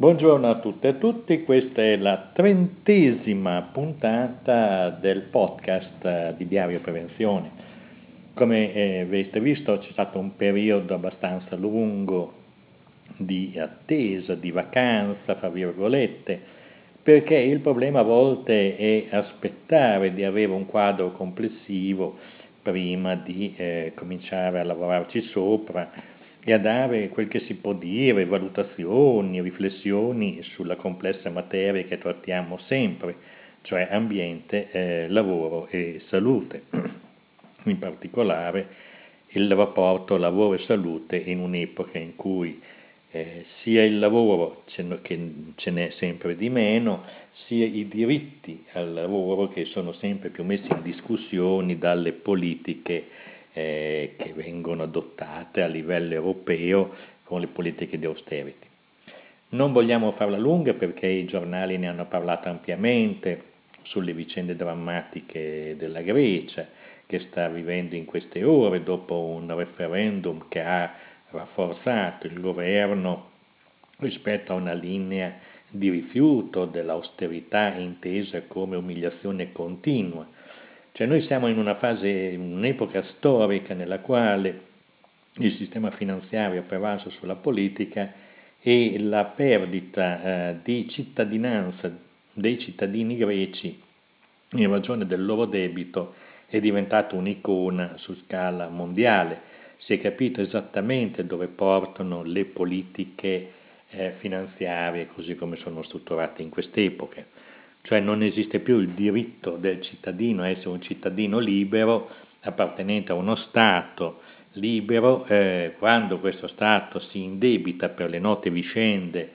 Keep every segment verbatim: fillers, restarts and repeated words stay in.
Buongiorno a tutte e a tutti, questa è la trentesima puntata del podcast eh, di Diario Prevenzione. Come eh, avete visto c'è stato un periodo abbastanza lungo di attesa, di vacanza, fra virgolette, perché il problema a volte è aspettare di avere un quadro complessivo prima di eh, cominciare a lavorarci sopra e a dare quel che si può dire, valutazioni, riflessioni sulla complessa materia che trattiamo sempre, cioè ambiente, eh, lavoro e salute, in particolare il rapporto lavoro e salute in un'epoca in cui eh, sia il lavoro, ce n'è- che ce n'è sempre di meno, sia i diritti al lavoro che sono sempre più messi in discussione dalle politiche eh, che vengono adottate a livello europeo con le politiche di austerity. Non vogliamo farla lunga perché i giornali ne hanno parlato ampiamente sulle vicende drammatiche della Grecia, che sta vivendo in queste ore dopo un referendum che ha rafforzato il governo rispetto a una linea di rifiuto dell'austerità intesa come umiliazione continua. Cioè noi siamo in una fase, in un'epoca storica nella quale il sistema finanziario ha prevalso sulla politica e la perdita eh, di cittadinanza dei cittadini greci in ragione del loro debito è diventata un'icona su scala mondiale. Si è capito esattamente dove portano le politiche eh, finanziarie così come sono strutturate in quest'epoca. Cioè non esiste più il diritto del cittadino a essere un cittadino libero appartenente a uno Stato libero eh, quando questo Stato si indebita per le note vicende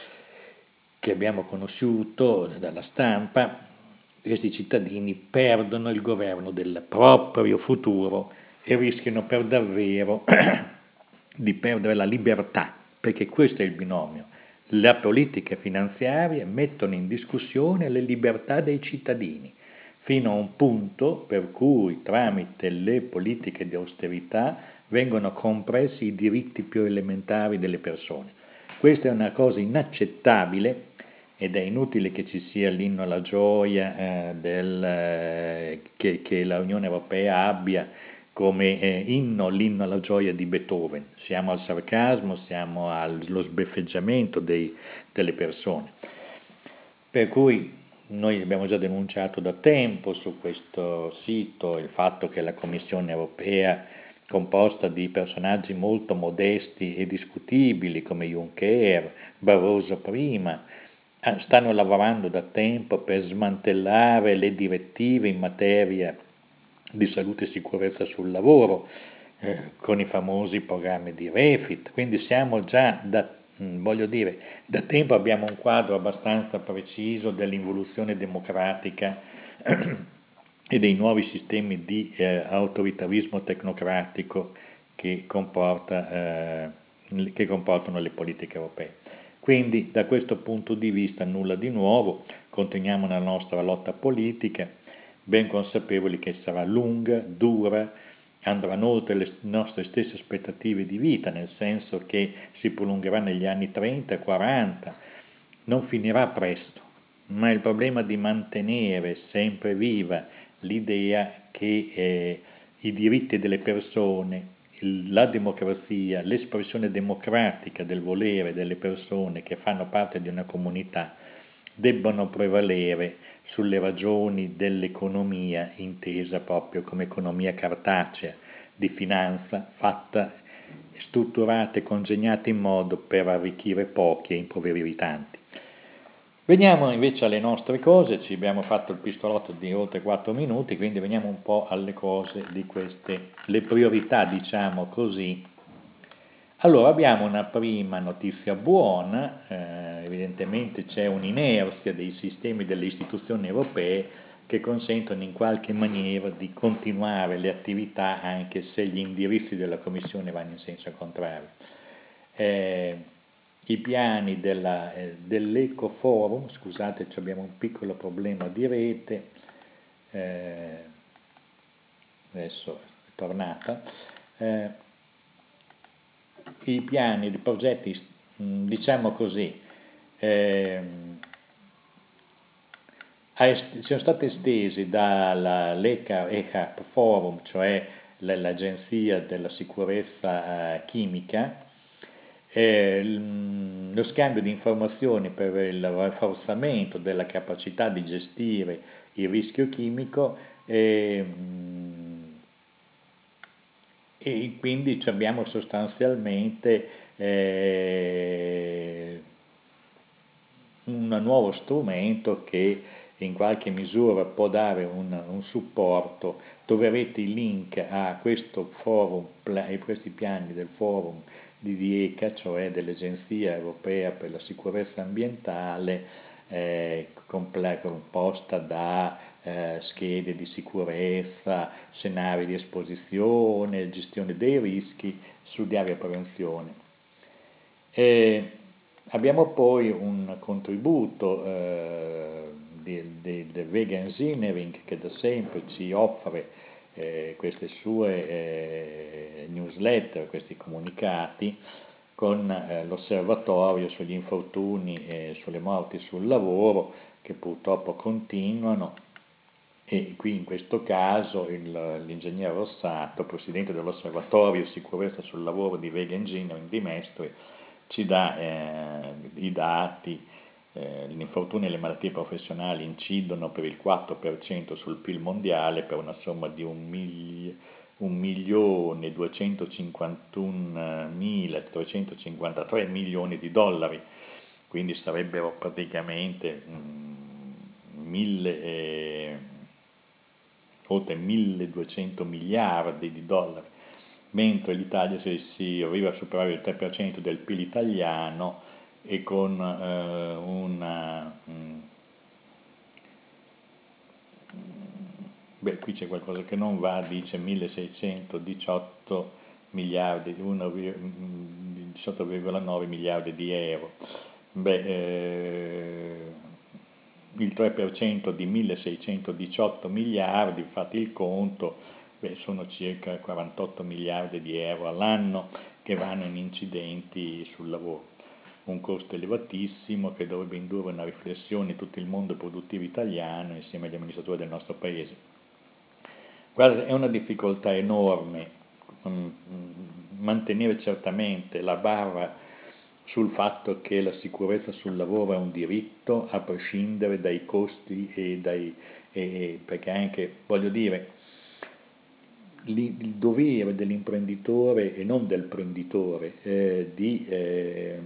che abbiamo conosciuto dalla stampa, questi cittadini perdono il governo del proprio futuro e rischiano per davvero di perdere la libertà, perché questo è il binomio. Le politiche finanziarie mettono in discussione le libertà dei cittadini, fino a un punto per cui tramite le politiche di austerità vengono compressi i diritti più elementari delle persone. Questa è una cosa inaccettabile ed è inutile che ci sia l'inno alla gioia eh, del, eh, che, che la Unione Europea abbia come eh, inno l'inno alla gioia di Beethoven. Siamo al sarcasmo, siamo allo sbeffeggiamento dei, delle persone. Per cui noi abbiamo già denunciato da tempo su questo sito il fatto che la Commissione Europea, composta di personaggi molto modesti e discutibili come Juncker, Barroso prima, stanno lavorando da tempo per smantellare le direttive in materia di salute e sicurezza sul lavoro, eh, con i famosi programmi di Refit. Quindi siamo già da, voglio dire, da tempo abbiamo un quadro abbastanza preciso dell'involuzione democratica e dei nuovi sistemi di eh, autoritarismo tecnocratico che, comporta, eh, che comportano le politiche europee. Quindi da questo punto di vista nulla di nuovo, continuiamo nella nostra lotta politica, ben consapevoli che sarà lunga, dura, andranno oltre le nostre stesse aspettative di vita, nel senso che si prolungherà negli anni trenta e quaranta, non finirà presto, ma il problema di mantenere sempre viva l'idea che eh, i diritti delle persone, la democrazia, l'espressione democratica del volere delle persone che fanno parte di una comunità debbano prevalere sulle ragioni dell'economia intesa proprio come economia cartacea, di finanza fatta, strutturata e congegnata in modo per arricchire pochi e impoverire tanti. Veniamo invece alle nostre cose, ci abbiamo fatto il pistolotto di oltre quattro minuti, quindi veniamo un po' alle cose di queste, le priorità diciamo così. Allora abbiamo una prima notizia buona, eh, evidentemente c'è un'inerzia dei sistemi delle istituzioni europee che consentono in qualche maniera di continuare le attività anche se gli indirizzi della Commissione vanno in senso contrario. Eh, I piani della, eh, dell'Ecoforum, scusate abbiamo un piccolo problema di rete, eh, adesso è tornata, eh, i piani, i progetti, diciamo così, eh, sono state estesi dall'E C A, E C A Forum, cioè l'Agenzia della Sicurezza eh, Chimica, eh, lo scambio di informazioni per il rafforzamento della capacità di gestire il rischio chimico e, e quindi abbiamo sostanzialmente eh, un nuovo strumento che in qualche misura può dare un, un supporto, troverete il link a questo forum, a questi piani del forum di E C A, cioè dell'Agenzia Europea per la Sicurezza Ambientale, eh, composta da eh, schede di sicurezza, scenari di esposizione, gestione dei rischi, studiare prevenzione. E abbiamo poi un contributo eh, del Vega Engineering che da sempre ci offre eh, queste sue eh, newsletter, questi comunicati con eh, l'osservatorio sugli infortuni e sulle morti sul lavoro che purtroppo continuano e qui in questo caso il, l'ingegnere Rossato, presidente dell'osservatorio sicurezza sul lavoro di Vega Engineering di Mestre, ci dà eh, i dati. Eh, gli infortuni e le malattie professionali incidono per il quattro per cento sul P I L mondiale per una somma di un, migli, un milione duecentocinquantunomilatrecentocinquantatré milioni di dollari, quindi sarebbero praticamente mm, mille, eh, oltre milleduecento miliardi di dollari, mentre l'Italia si, si arriva a superare il tre per cento del P I L italiano e con eh, una... Mh, beh, qui c'è qualcosa che non va, dice milleseicentodiciotto miliardi, diciotto virgola nove miliardi di euro. Beh, eh, il tre per cento di milleseicentodiciotto miliardi, fate il conto, beh, sono circa quarantotto miliardi di euro all'anno che vanno in incidenti sul lavoro. Un costo elevatissimo che dovrebbe indurre una riflessione in tutto il mondo produttivo italiano insieme agli amministratori del nostro paese. Guarda, è una difficoltà enorme um, mantenere certamente la barra sul fatto che la sicurezza sul lavoro è un diritto a prescindere dai costi e dai... E, perché anche, voglio dire, il dovere dell'imprenditore e non del prenditore eh, di eh,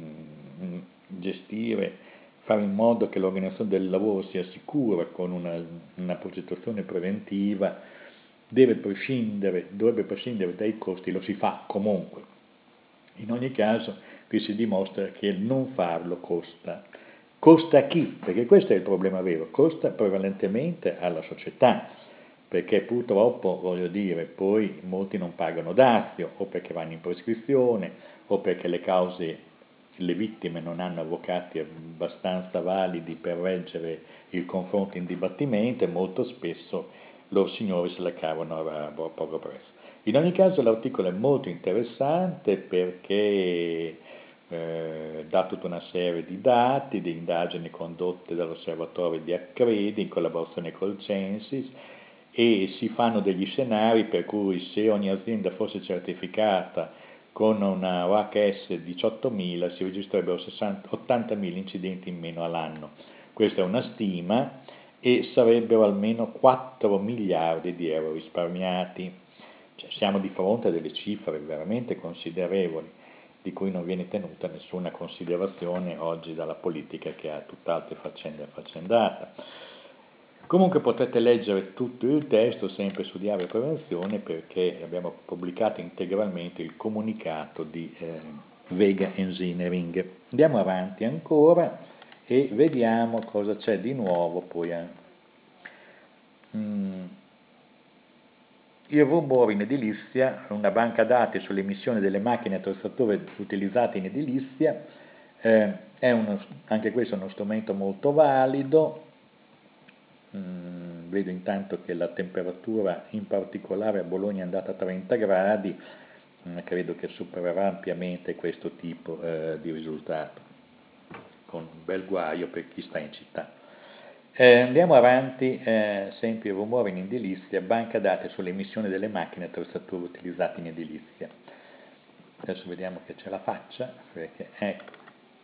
gestire, fare in modo che l'organizzazione del lavoro sia sicura con una, una progettazione preventiva, deve prescindere, dovrebbe prescindere dai costi, lo si fa comunque. In ogni caso qui si dimostra che il non farlo costa. Costa a chi? Perché questo è il problema vero, costa prevalentemente alla società, perché purtroppo, voglio dire, poi molti non pagano dazio, o perché vanno in prescrizione, o perché le cause, le vittime non hanno avvocati abbastanza validi per reggere il confronto in dibattimento e molto spesso loro signori se la cavano a poco prezzo. In ogni caso l'articolo è molto interessante perché eh, dà tutta una serie di dati, di indagini condotte dall'osservatorio di Accredi in collaborazione col Censis e si fanno degli scenari per cui se ogni azienda fosse certificata con una O H S diciottomila si registrerebbero ottantamila incidenti in meno all'anno. Questa è una stima e sarebbero almeno quattro miliardi di euro risparmiati. Cioè, siamo di fronte a delle cifre veramente considerevoli, di cui non viene tenuta nessuna considerazione oggi dalla politica che ha tutt'altre faccende affaccendata. Comunque potete leggere tutto il testo sempre su Diario Prevenzione perché abbiamo pubblicato integralmente il comunicato di eh, Vega Engineering. Andiamo avanti ancora e vediamo cosa c'è di nuovo poi. Eh. Mm. Il rumore in edilizia, una banca dati sulle emissioni delle macchine attrezzature utilizzate in edilizia, eh, è uno, anche questo è uno strumento molto valido. Mm, vedo intanto che la temperatura in particolare a Bologna è andata a trenta gradi, mm, credo che supererà ampiamente questo tipo eh, di risultato. con un bel guaio per chi sta in città. Eh, andiamo avanti, eh, sempre il rumore in edilizia, banca dati sulle emissioni delle macchine e attrezzature utilizzate in edilizia. Adesso vediamo che ce la faccia, perché ecco.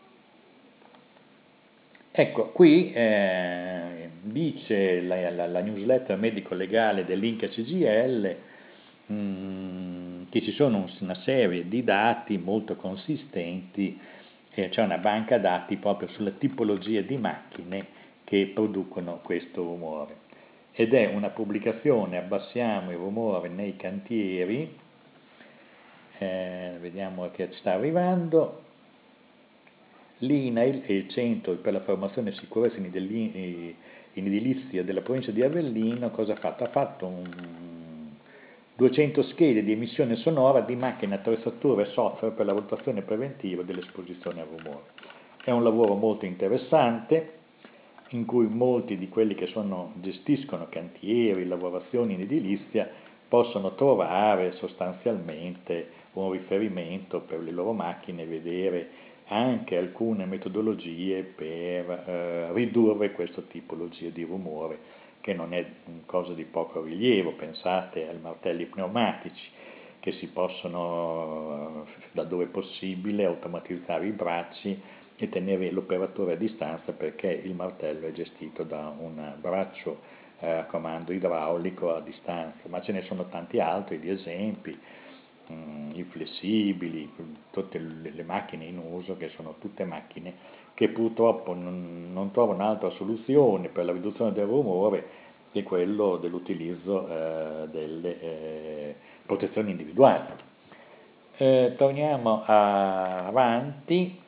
Ecco, qui eh, dice la, la, la newsletter medico-legale dell'Inca C G I L mh, che ci sono una serie di dati molto consistenti, eh, c'è una banca dati proprio sulle tipologie di macchine che producono questo rumore. Ed è una pubblicazione, abbassiamo il rumore nei cantieri, eh, vediamo che sta arrivando. L'I N A I è il Centro per la Formazione e Sicurezza in Edilizia della provincia di Avellino. Cosa ha fatto? Ha fatto un duecento schede di emissione sonora di macchine, attrezzature e software per la valutazione preventiva dell'esposizione al rumore. È un lavoro molto interessante in cui molti di quelli che sono, gestiscono cantieri, lavorazioni in edilizia possono trovare sostanzialmente un riferimento per le loro macchine, vedere anche alcune metodologie per eh, ridurre questa tipologia di rumore, che non è cosa di poco rilievo. Pensate ai martelli pneumatici, che si possono, da dove è possibile, automatizzare i bracci e tenere l'operatore a distanza, perché il martello è gestito da un braccio eh, a comando idraulico a distanza. Ma ce ne sono tanti altri di esempi, mh, i flessibili, tutte le macchine in uso, che sono tutte macchine che purtroppo non, non trovano altra soluzione per la riduzione del rumore che quello dell'utilizzo eh, delle eh, protezioni individuali. Eh, torniamo a, avanti.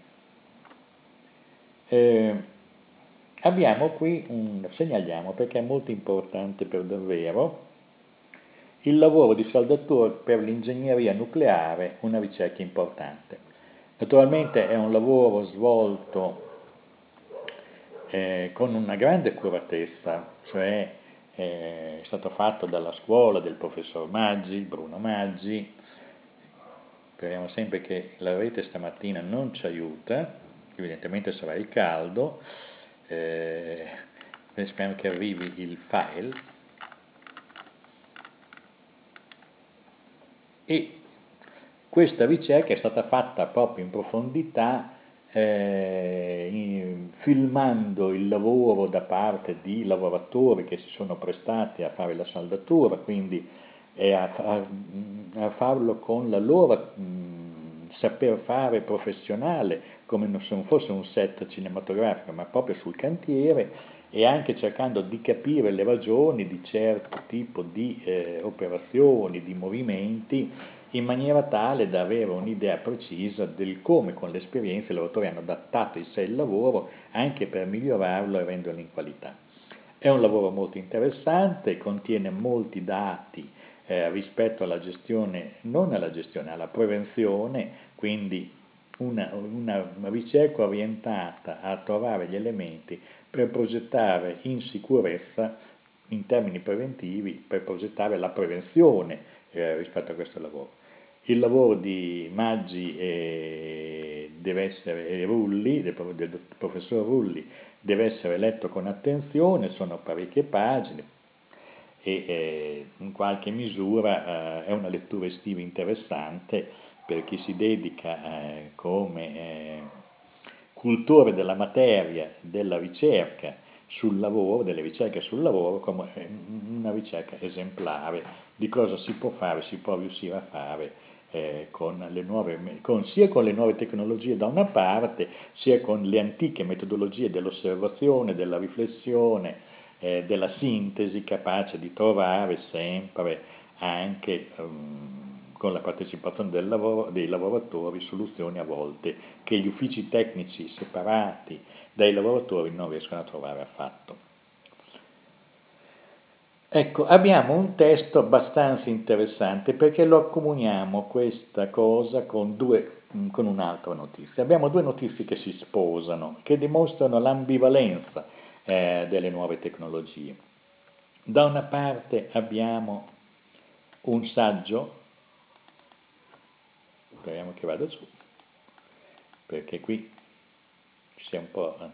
Eh, abbiamo qui un, segnaliamo perché è molto importante per davvero, il lavoro di saldatura per l'ingegneria nucleare, una ricerca importante. Naturalmente è un lavoro svolto eh, con una grande accuratezza, cioè eh, è stato fatto dalla scuola del professor Maggi, Bruno Maggi. Speriamo sempre che la rete stamattina non ci aiuta, evidentemente sarà il caldo, eh, speriamo che arrivi il file. E questa ricerca è stata fatta proprio in profondità, eh, in, filmando il lavoro da parte di lavoratori che si sono prestati a fare la saldatura, quindi eh, a, a, a farlo con la loro mh, saper fare professionale, come se non fosse un set cinematografico, ma proprio sul cantiere, e anche cercando di capire le ragioni di certo tipo di eh, operazioni, di movimenti, in maniera tale da avere un'idea precisa del come con l'esperienza i lavoratori hanno adattato il sé il lavoro anche per migliorarlo e renderlo in qualità. È un lavoro molto interessante, contiene molti dati eh, rispetto alla gestione, non alla gestione, alla prevenzione, quindi una, una ricerca orientata a trovare gli elementi per progettare in sicurezza, in termini preventivi, per progettare la prevenzione eh, rispetto a questo lavoro. Il lavoro di Maggi e, deve essere, e Rulli, del, del professor Rulli, deve essere letto con attenzione, sono parecchie pagine e eh, in qualche misura eh, è una lettura estiva interessante per chi si dedica eh, come eh, cultore della materia, della ricerca sul lavoro, delle ricerche sul lavoro, come una ricerca esemplare di cosa si può fare, si può riuscire a fare eh, con le nuove, con, sia con le nuove tecnologie da una parte, sia con le antiche metodologie dell'osservazione, della riflessione, eh, della sintesi, capace di trovare sempre anche um, con la partecipazione del lavoro, dei lavoratori soluzioni a volte che gli uffici tecnici separati dai lavoratori non riescono a trovare affatto. Ecco, abbiamo un testo abbastanza interessante perché lo accomuniamo questa cosa con, due, con un'altra notizia. Abbiamo due notizie che si sposano, che dimostrano l'ambivalenza eh, delle nuove tecnologie. Da una parte abbiamo un saggio, speriamo che vada su, perché qui sia un po'... Eh,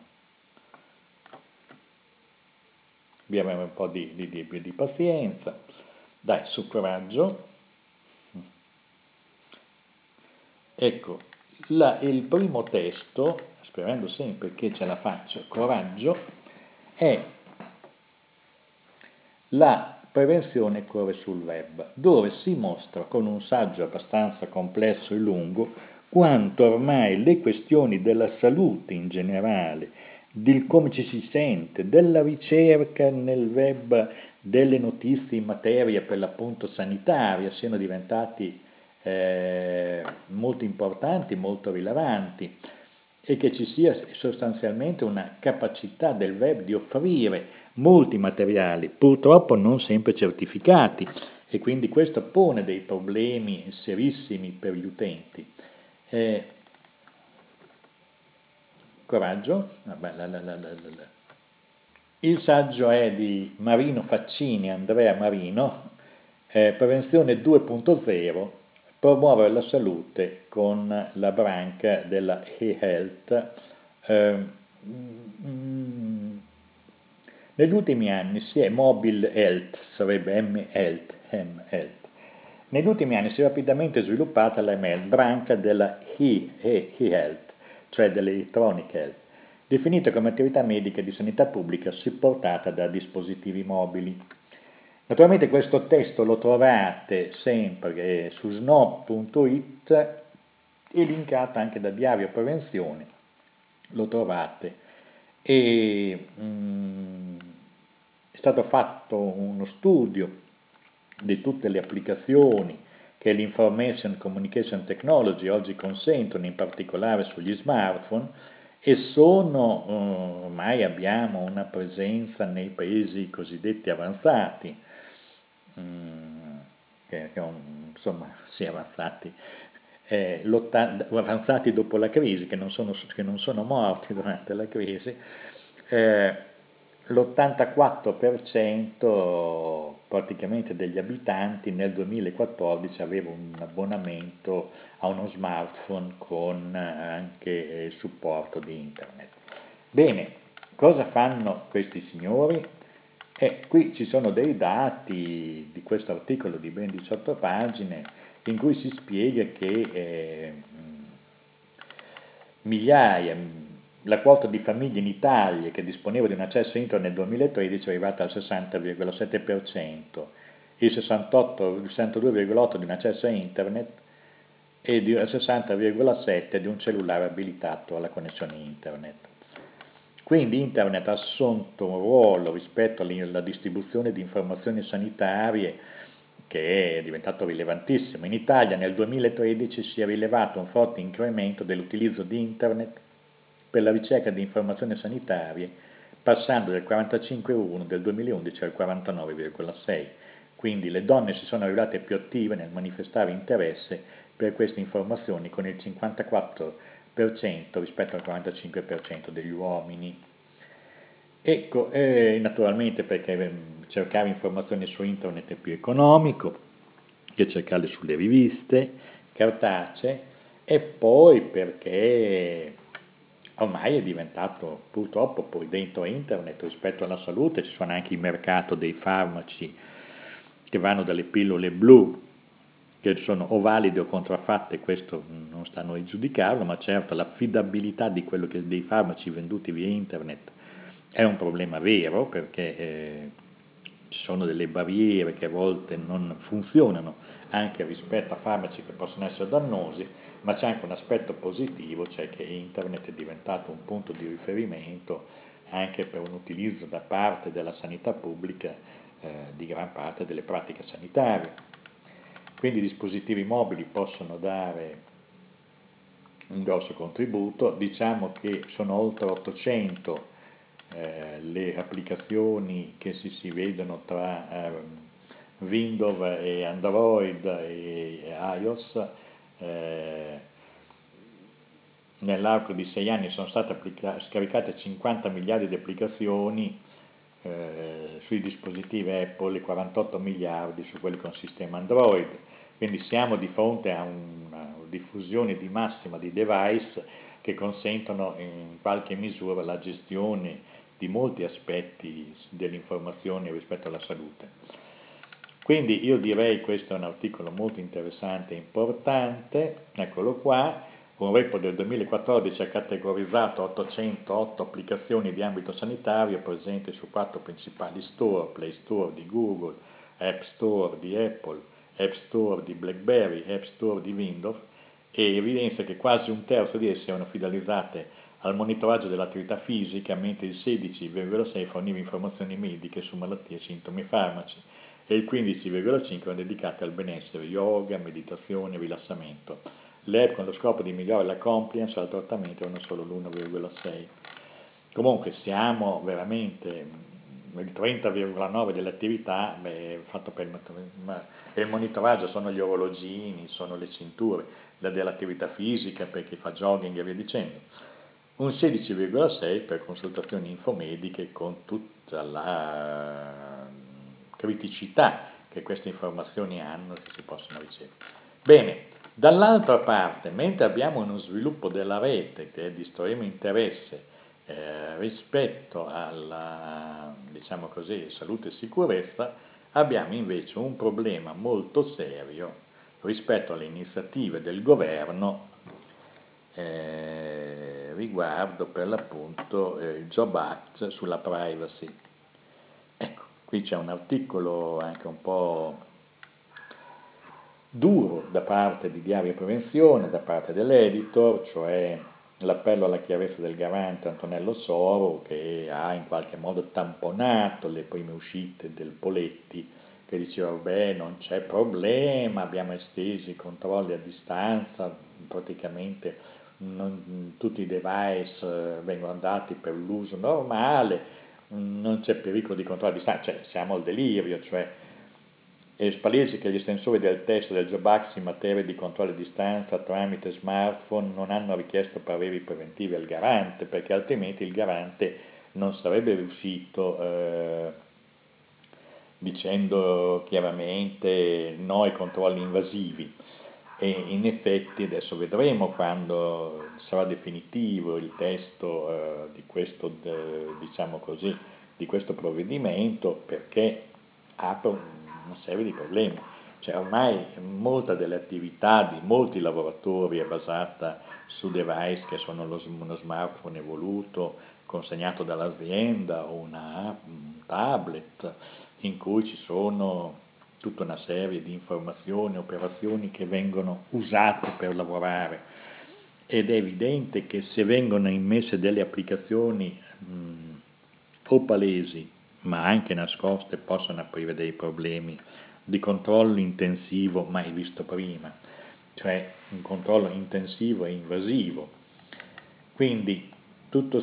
abbiamo un po' di, di, di, di pazienza. Dai, su, coraggio. Ecco, la, il primo testo, sperando sempre che ce la faccio, coraggio, è la prevenzione corre sul web, dove si mostra con un saggio abbastanza complesso e lungo quanto ormai le questioni della salute in generale, di come ci si sente, della ricerca nel web, delle notizie in materia per l'appunto sanitaria siano diventati eh, molto importanti, molto rilevanti e che ci sia sostanzialmente una capacità del web di offrire molti materiali, purtroppo non sempre certificati, e quindi questo pone dei problemi serissimi per gli utenti. Eh, coraggio. Vabbè, la, la, la, il saggio è di Marino Faccini, Andrea Marino, eh, Prevenzione due punto zero, promuovere la salute con la branca della e-health. Eh, mm, negli ultimi anni si è mobile health, sarebbe M-health, M-health. Negli ultimi anni si è rapidamente sviluppata la M L, branca della e-health, cioè dell'electronic health, definita come attività medica di sanità pubblica supportata da dispositivi mobili. Naturalmente questo testo lo trovate sempre su snob punto it e linkato anche da Diario Prevenzione, lo trovate. E mm, è stato fatto uno studio di tutte le applicazioni che l'Information Communication Technology oggi consentono, in particolare sugli smartphone, e sono, eh, ormai abbiamo una presenza nei paesi cosiddetti avanzati, mm, che, che insomma, sì, avanzati, eh, avanzati dopo la crisi, che non sono, che non sono morti durante la crisi, eh, l'ottantaquattro per cento praticamente degli abitanti nel duemilaquattordici aveva un abbonamento a uno smartphone con anche il supporto di internet. Bene, cosa fanno questi signori? E qui ci sono dei dati di questo articolo di ben diciotto pagine in cui si spiega che eh, migliaia, la quota di famiglie in Italia che disponeva di un accesso a internet nel duemilatredici è arrivata al sessanta virgola sette per cento, il sessantotto, il sessantadue virgola otto per cento di un accesso a internet e il sessanta virgola sette per cento di un cellulare abilitato alla connessione internet. Quindi internet ha assunto un ruolo rispetto alla distribuzione di informazioni sanitarie che è diventato rilevantissimo. In Italia nel duemilatredici si è rilevato un forte incremento dell'utilizzo di internet per la ricerca di informazioni sanitarie, passando dal quarantacinque virgola uno del duemilaundici al quarantanove virgola sei. Quindi le donne si sono rivelate più attive nel manifestare interesse per queste informazioni, con il cinquantaquattro per cento rispetto al quarantacinque per cento degli uomini. Ecco, eh, naturalmente perché eh, cercare informazioni su internet è più economico che cercarle sulle riviste cartacee, e poi perché ormai è diventato purtroppo poi dentro internet rispetto alla salute ci sono anche il mercato dei farmaci che vanno dalle pillole blu, che sono o valide o contraffatte, questo non sta a noi giudicarlo, ma certo l'affidabilità di quello che, dei farmaci venduti via internet è un problema vero, perché eh, ci sono delle barriere che a volte non funzionano anche rispetto a farmaci che possono essere dannosi, ma c'è anche un aspetto positivo, cioè che internet è diventato un punto di riferimento anche per un utilizzo da parte della sanità pubblica eh, di gran parte delle pratiche sanitarie. Quindi i dispositivi mobili possono dare un grosso contributo, diciamo che sono oltre ottocento eh, le applicazioni che si, si vedono tra eh, Windows e Android e, e iOS. Eh, nell'arco di sei anni sono state applica- scaricate cinquanta miliardi di applicazioni eh, sui dispositivi Apple e quarantotto miliardi su quelli con sistema Android. Quindi siamo di fronte a una diffusione di massima di device che consentono in qualche misura la gestione di molti aspetti dell'informazione rispetto alla salute. Quindi io direi questo è un articolo molto interessante e importante, eccolo qua. Un report del duemilaquattordici ha categorizzato ottocentootto applicazioni di ambito sanitario presenti su quattro principali store: Play Store di Google, App Store di Apple, App Store di BlackBerry, App Store di Windows, e evidenzia che quasi un terzo di esse erano finalizzate al monitoraggio dell'attività fisica, mentre il sedici virgola sei per cento forniva informazioni mediche su malattie, sintomi e farmaci, e il quindici virgola cinque per cento erano dedicate al benessere, yoga, meditazione, rilassamento. Le app con lo scopo di migliorare la compliance al trattamento erano solo l'uno virgola sei per cento. Comunque siamo veramente il trenta virgola nove per cento delle attività beh, fatto per il monitoraggio, sono gli orologini, sono le cinture, la dell'attività fisica per chi fa jogging e via dicendo. Un sedici virgola sei per cento per consultazioni infomediche, con tutta la criticità che queste informazioni hanno che si possono ricevere. Bene, dall'altra parte, mentre abbiamo uno sviluppo della rete che è di estremo interesse eh, rispetto alla, diciamo così, salute e sicurezza, abbiamo invece un problema molto serio rispetto alle iniziative del governo eh, riguardo per l'appunto eh, il Job Act sulla privacy. Ecco, qui c'è un articolo anche un po' duro da parte di Diario Prevenzione, da parte dell'editor, cioè l'appello alla chiarezza del garante Antonello Soro, che ha in qualche modo tamponato le prime uscite del Poletti, che diceva beh non c'è problema, abbiamo esteso i controlli a distanza, praticamente non, tutti i device vengono dati per l'uso normale, non c'è pericolo di controllo a distanza, cioè siamo al delirio, cioè è palese che gli estensori del testo del Job Act in materia di controllo a distanza tramite smartphone non hanno richiesto pareri preventivi al garante, perché altrimenti il garante non sarebbe riuscito eh, dicendo chiaramente no ai controlli invasivi. E in effetti adesso vedremo quando sarà definitivo il testo eh, di questo, eh, diciamo così, di questo provvedimento, perché apre una serie di problemi. Cioè ormai molta delle attività di molti lavoratori è basata su device che sono lo, uno smartphone evoluto consegnato dall'azienda o una, un tablet in cui ci sono tutta una serie di informazioni, operazioni che vengono usate per lavorare, ed è evidente che se vengono immesse delle applicazioni mh, o palesi ma anche nascoste possono aprire dei problemi di controllo intensivo mai visto prima, cioè un controllo intensivo e invasivo. Quindi tutto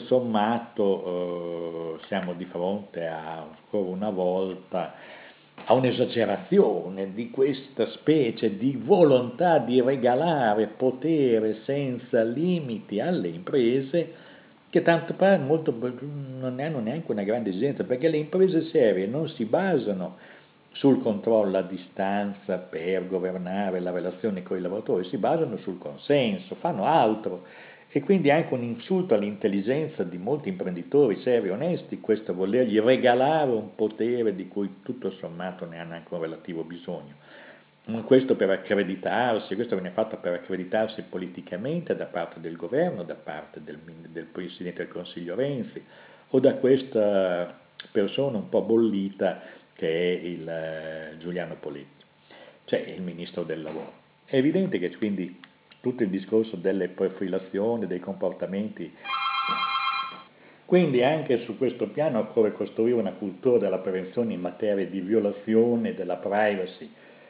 sommato eh, siamo di fronte a, ancora una volta, a un'esagerazione di questa specie di volontà di regalare potere senza limiti alle imprese, che tanto per molto non hanno neanche una grande esigenza, perché le imprese serie non si basano sul controllo a distanza per governare la relazione con i lavoratori, si basano sul consenso, fanno altro. E quindi è anche un insulto all'intelligenza di molti imprenditori seri e onesti questo volergli regalare un potere di cui tutto sommato ne hanno anche un relativo bisogno. Questo per accreditarsi, questo viene fatto per accreditarsi politicamente da parte del governo, da parte del, del Presidente del Consiglio Renzi, o da questa persona un po' bollita che è il eh, Giuliano Poletti, cioè il Ministro del Lavoro. È evidente che quindi tutto il discorso delle profilazioni, dei comportamenti, quindi anche su questo piano occorre costruire una cultura della prevenzione in materia di violazione della privacy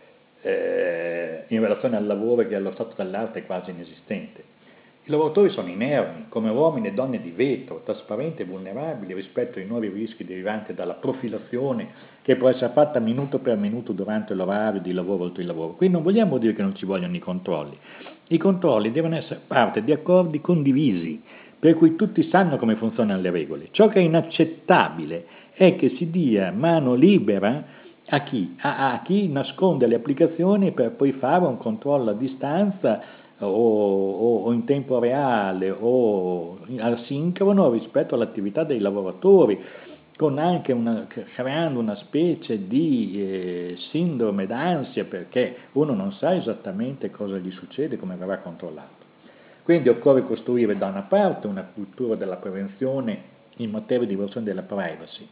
eh, in relazione al lavoro, che allo stato dell'arte è quasi inesistente. I lavoratori sono inermi, come uomini e donne di vetro, trasparenti e vulnerabili rispetto ai nuovi rischi derivanti dalla profilazione che può essere fatta minuto per minuto durante l'orario di lavoro oltre il lavoro. Qui non vogliamo dire che non ci vogliono i controlli. I controlli devono essere parte di accordi condivisi, per cui tutti sanno come funzionano le regole. Ciò che è inaccettabile è che si dia mano libera a chi? A, a chi nasconde le applicazioni per poi fare un controllo a distanza o, o, o in tempo reale o asincrono rispetto all'attività dei lavoratori, con anche una, creando una specie di eh, sindrome d'ansia perché uno non sa esattamente cosa gli succede, come verrà controllato. Quindi occorre costruire da una parte una cultura della prevenzione in materia di violazione della privacy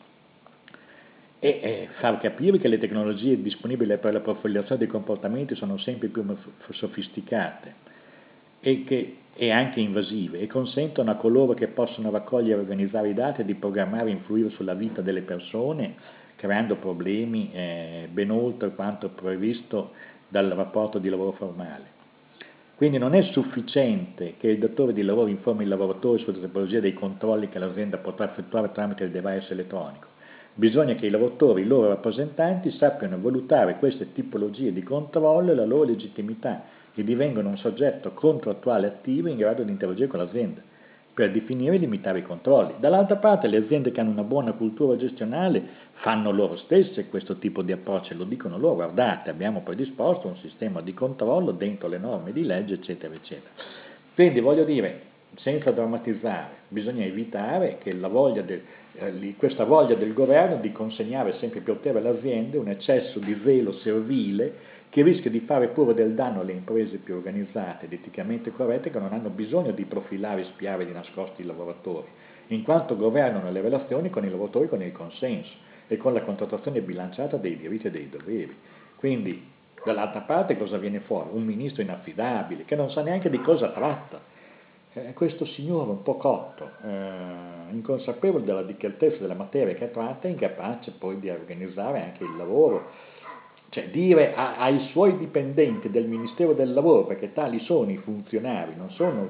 e eh, far capire che le tecnologie disponibili per la profilazione dei comportamenti sono sempre più sofisticate e, che, e anche invasive e consentono a coloro che possono raccogliere e organizzare i dati di programmare e influire sulla vita delle persone, creando problemi eh, ben oltre quanto previsto dal rapporto di lavoro formale. Quindi non è sufficiente che il datore di lavoro informi il lavoratore sulla tipologia dei controlli che l'azienda potrà effettuare tramite il device elettronico. Bisogna che i lavoratori, i loro rappresentanti, sappiano valutare queste tipologie di controllo e la loro legittimità e divengano un soggetto contrattuale attivo in grado di interagire con l'azienda per definire e limitare i controlli. Dall'altra parte le aziende che hanno una buona cultura gestionale fanno loro stesse questo tipo di approccio, lo dicono loro, guardate, abbiamo predisposto un sistema di controllo dentro le norme di legge, eccetera, eccetera. Quindi voglio dire, senza drammatizzare, bisogna evitare che la voglia del, eh, questa voglia del governo di consegnare sempre più potere alle aziende, un eccesso di zelo servile che rischia di fare pure del danno alle imprese più organizzate ed eticamente corrette che non hanno bisogno di profilare, spiare di nascosto i lavoratori, in quanto governano le relazioni con i lavoratori con il consenso e con la contrattazione bilanciata dei diritti e dei doveri. Quindi, dall'altra parte cosa viene fuori? Un ministro inaffidabile, che non sa neanche di cosa tratta. Eh, questo signore un po' cotto, eh, inconsapevole della delicatezza della materia che tratta, è incapace poi di organizzare anche il lavoro. Cioè dire a, ai suoi dipendenti del Ministero del Lavoro, perché tali sono i funzionari, non sono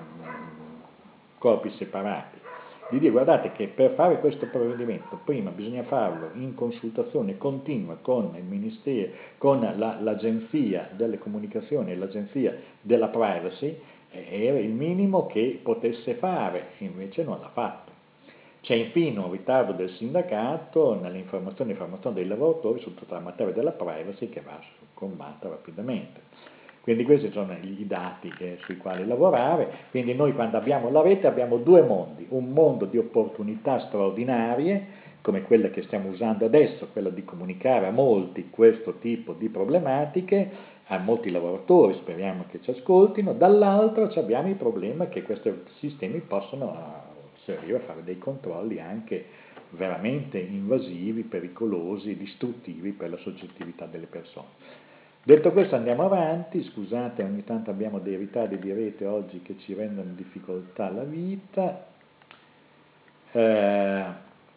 corpi separati, di dire guardate che per fare questo provvedimento prima bisogna farlo in consultazione continua con il Ministero, con la, l'Agenzia delle Comunicazioni e l'Agenzia della Privacy, era il minimo che potesse fare, invece non l'ha fatto. C'è infine un ritardo del sindacato nell'informazione e informazione dei lavoratori su tutta la materia della privacy che va combattuta rapidamente. Quindi questi sono i dati eh, sui quali lavorare. Quindi noi quando abbiamo la rete abbiamo due mondi, un mondo di opportunità straordinarie, come quella che stiamo usando adesso, quella di comunicare a molti questo tipo di problematiche, a molti lavoratori, speriamo che ci ascoltino, dall'altro abbiamo il problema che questi sistemi possono servire a fare dei controlli anche veramente invasivi, pericolosi, distruttivi per la soggettività delle persone. Detto questo andiamo avanti, scusate ogni tanto abbiamo dei ritardi di rete oggi che ci rendono in difficoltà la vita. Eh,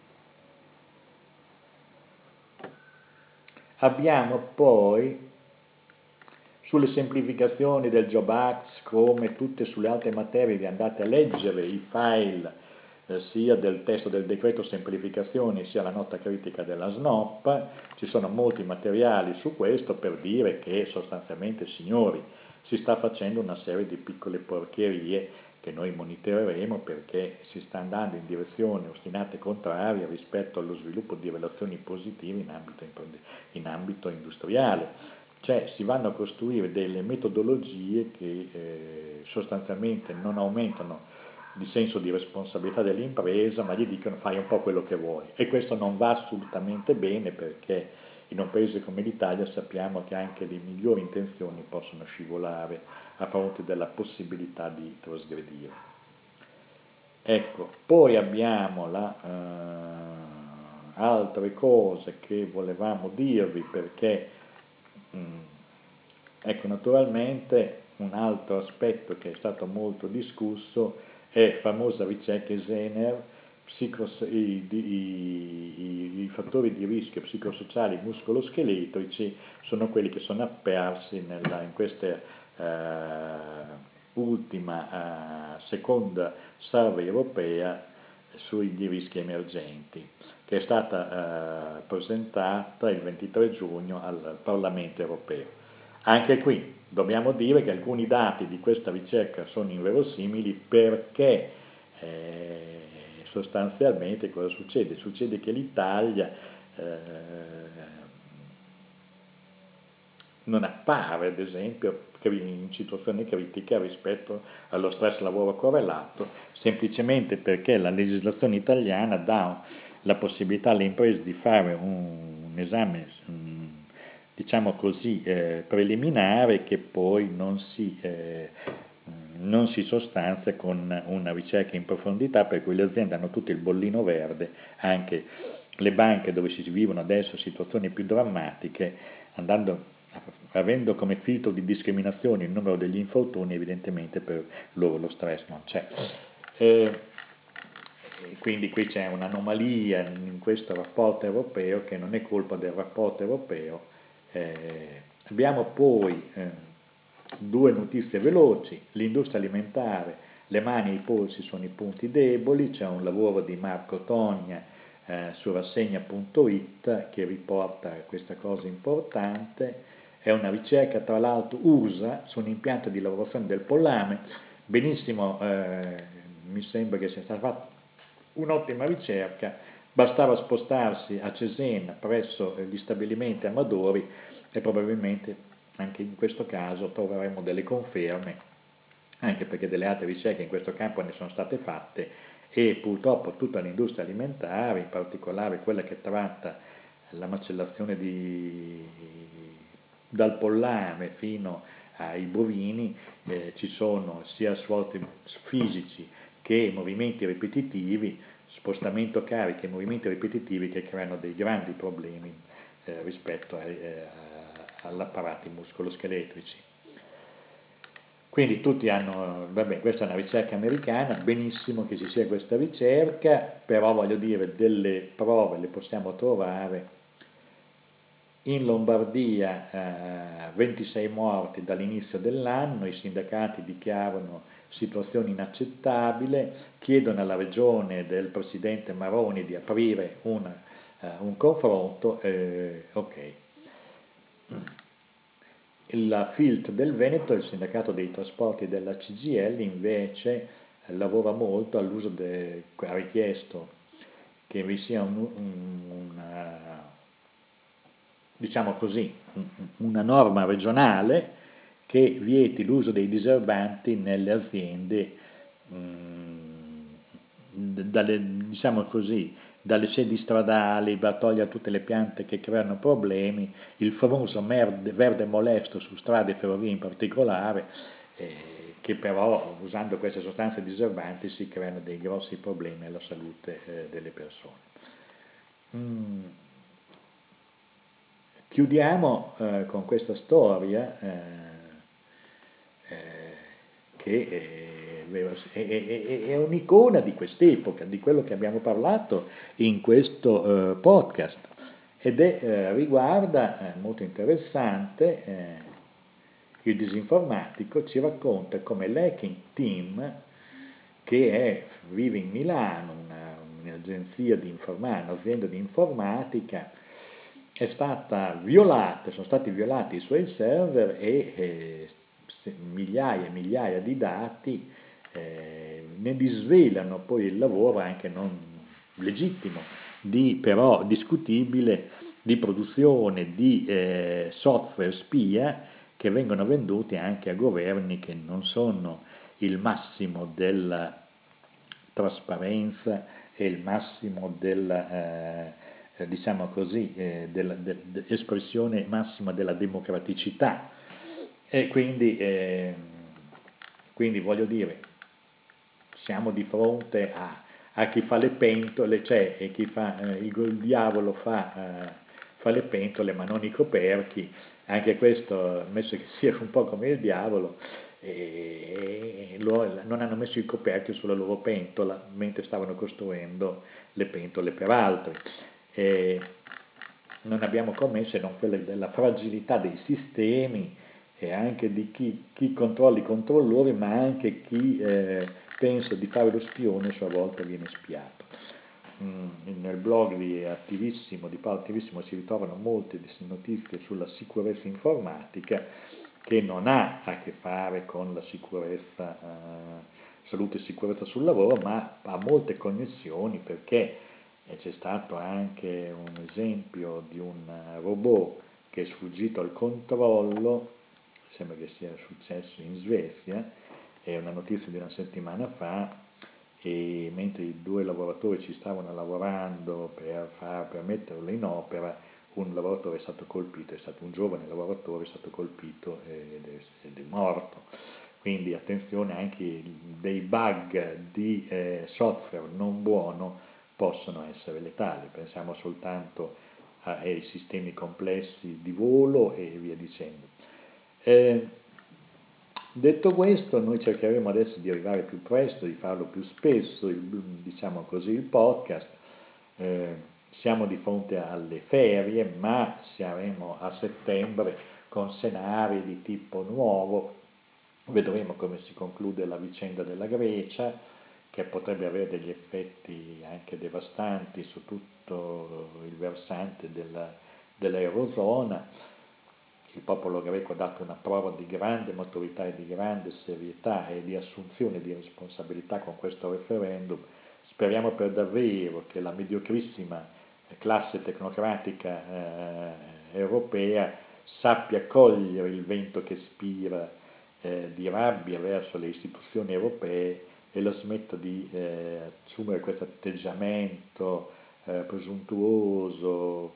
abbiamo poi sulle semplificazioni del Job Act, come tutte sulle altre materie, vi andate a leggere i file eh, sia del testo del decreto semplificazioni sia la nota critica della S N O P, ci sono molti materiali su questo per dire che sostanzialmente, signori, si sta facendo una serie di piccole porcherie che noi monitoreremo perché si sta andando in direzione ostinata e contraria rispetto allo sviluppo di relazioni positive in ambito, in ambito industriale. Cioè si vanno a costruire delle metodologie che eh, sostanzialmente non aumentano il senso di responsabilità dell'impresa, ma gli dicono fai un po' quello che vuoi. E questo non va assolutamente bene perché in un paese come l'Italia sappiamo che anche le migliori intenzioni possono scivolare a fronte della possibilità di trasgredire. Ecco, poi abbiamo la, eh, altre cose che volevamo dirvi perché Mm. Ecco, naturalmente un altro aspetto che è stato molto discusso è la famosa ricerca Zener, psicos- i, i, i, i fattori di rischio psicosociali muscoloscheletrici sono quelli che sono apparsi nella, in questa eh, ultima eh, seconda survey europea sui rischi emergenti, che è stata eh, presentata il ventitré giugno al Parlamento europeo. Anche qui dobbiamo dire che alcuni dati di questa ricerca sono inverosimili perché eh, sostanzialmente cosa succede? Succede che l'Italia eh, non appare, ad esempio, in situazioni critiche rispetto allo stress lavoro correlato, semplicemente perché la legislazione italiana dà la possibilità alle imprese di fare un, un esame, um, diciamo così, eh, preliminare, che poi non si, eh, non si sostanzia con una ricerca in profondità, per cui le aziende hanno tutto il bollino verde, anche le banche dove si vivono adesso situazioni più drammatiche, andando avendo come filtro di discriminazione il numero degli infortuni, evidentemente per loro lo stress non c'è. Eh, quindi qui c'è un'anomalia in questo rapporto europeo che non è colpa del rapporto europeo. Eh, abbiamo poi eh, due notizie veloci: l'industria alimentare, le mani e i polsi sono i punti deboli, c'è un lavoro di Marco Togna eh, su rassegna punto it che riporta questa cosa importante. È una ricerca tra l'altro U S A su un impianto di lavorazione del pollame. Benissimo, eh, mi sembra che sia stata fatta un'ottima ricerca, bastava spostarsi a Cesena presso gli stabilimenti amadori e probabilmente anche in questo caso troveremo delle conferme, anche perché delle altre ricerche in questo campo ne sono state fatte e purtroppo tutta l'industria alimentare, in particolare quella che tratta la macellazione di, dal pollame fino ai bovini, eh, ci sono sia sforzi fisici che movimenti ripetitivi, spostamento cariche e movimenti ripetitivi che creano dei grandi problemi eh, rispetto a, eh, all'apparati muscoloscheletrici. Quindi tutti hanno, vabbè, questa è una ricerca americana, benissimo che ci sia questa ricerca, però voglio dire, delle prove le possiamo trovare. In Lombardia eh, ventisei morti dall'inizio dell'anno, i sindacati dichiarano situazione inaccettabile, chiedono alla regione del presidente Maroni di aprire una, uh, un confronto, eh, ok. Il Filt del Veneto, il sindacato dei trasporti della C G I L, invece eh, lavora molto all'uso de, ha richiesto che vi sia un, un, una, diciamo così, una norma regionale che vieti l'uso dei diserbanti nelle aziende, mh, dalle, diciamo così, dalle sedi stradali, va a togliere tutte le piante che creano problemi, il famoso merde, verde molesto su strade e ferrovie in particolare, eh, che però usando queste sostanze diserbanti si creano dei grossi problemi alla salute eh, delle persone. Mm. Chiudiamo eh, con questa storia eh, eh, che è, è, è, è un'icona di quest'epoca, di quello che abbiamo parlato in questo eh, podcast, ed è, eh, riguarda, eh, molto interessante, eh, il disinformatico ci racconta come l'Hacking Team, che è, vive in Milano, una, un'agenzia di informatica, un'azienda di informatica, è stata violata, sono stati violati i suoi server e eh, migliaia e migliaia di dati eh, ne disvelano poi il lavoro anche non legittimo, di, però discutibile, di produzione di eh, software spia che vengono venduti anche a governi che non sono il massimo della trasparenza e il massimo della, eh, diciamo così, eh, della, de, de, espressione massima della democraticità. E quindi, eh, quindi voglio dire, siamo di fronte a, a chi fa le pentole, cioè e chi fa, eh, il, il diavolo fa, eh, fa le pentole ma non i coperchi, anche questo, ammesso che sia un po' come il diavolo, e, e lo, non hanno messo il coperchio sulla loro pentola mentre stavano costruendo le pentole per altri. E non abbiamo commesso se non quella della fragilità dei sistemi e anche di chi, chi controlla i controllori, ma anche chi eh, pensa di fare lo spione, a sua volta viene spiato. Mm, nel blog di Attivissimo, di Paolo Attivissimo, si ritrovano molte notizie sulla sicurezza informatica che non ha a che fare con la sicurezza, eh, salute e sicurezza sul lavoro, ma ha molte connessioni, perché c'è stato anche un esempio di un robot che è sfuggito al controllo, sembra che sia successo in Svezia, è una notizia di una settimana fa, e mentre i due lavoratori ci stavano lavorando per, far, per metterlo in opera, un lavoratore è stato colpito, è stato un giovane lavoratore, è stato colpito ed è, ed è morto. Quindi attenzione, anche dei bug di eh, software non buono possono essere letali, pensiamo soltanto ai sistemi complessi di volo e via dicendo. Eh, Detto questo, noi cercheremo adesso di arrivare più presto, di farlo più spesso, il, diciamo così, il podcast. Eh, siamo di fronte alle ferie, ma saremo a settembre con scenari di tipo nuovo. Vedremo come si conclude la vicenda della Grecia, che potrebbe avere degli effetti anche devastanti su tutto il versante della, dell'Eurozona. Il popolo greco ha dato una prova di grande maturità e di grande serietà e di assunzione di responsabilità con questo referendum. Speriamo per davvero che la mediocrissima classe tecnocratica eh, europea sappia cogliere il vento che spira eh, di rabbia verso le istituzioni europee e lo smetta di eh, assumere questo atteggiamento eh, presuntuoso,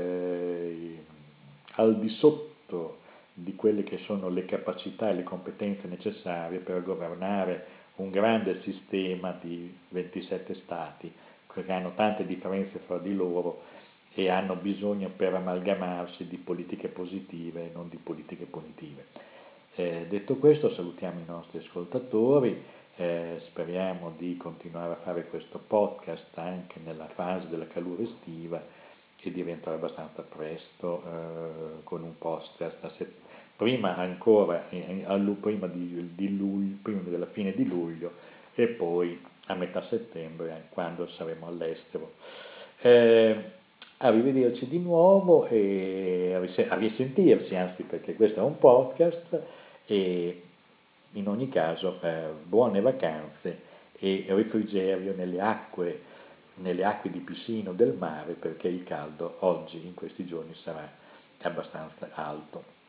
eh, al di sotto di quelle che sono le capacità e le competenze necessarie per governare un grande sistema di ventisette stati che hanno tante differenze fra di loro e hanno bisogno per amalgamarsi di politiche positive e non di politiche punitive. Eh, detto questo, salutiamo i nostri ascoltatori, eh, speriamo di continuare a fare questo podcast anche nella fase della calura estiva e diventare abbastanza presto eh, con un podcast a set- prima ancora eh, allu- prima, di, di luglio, prima della fine di luglio e poi a metà settembre eh, quando saremo all'estero. Eh, Arrivederci di nuovo e a ris- a risentirci, anzi perché questo è un podcast e in ogni caso eh, buone vacanze e refrigerio nelle acque, nelle acque di piscina o del mare perché il caldo oggi in questi giorni sarà abbastanza alto.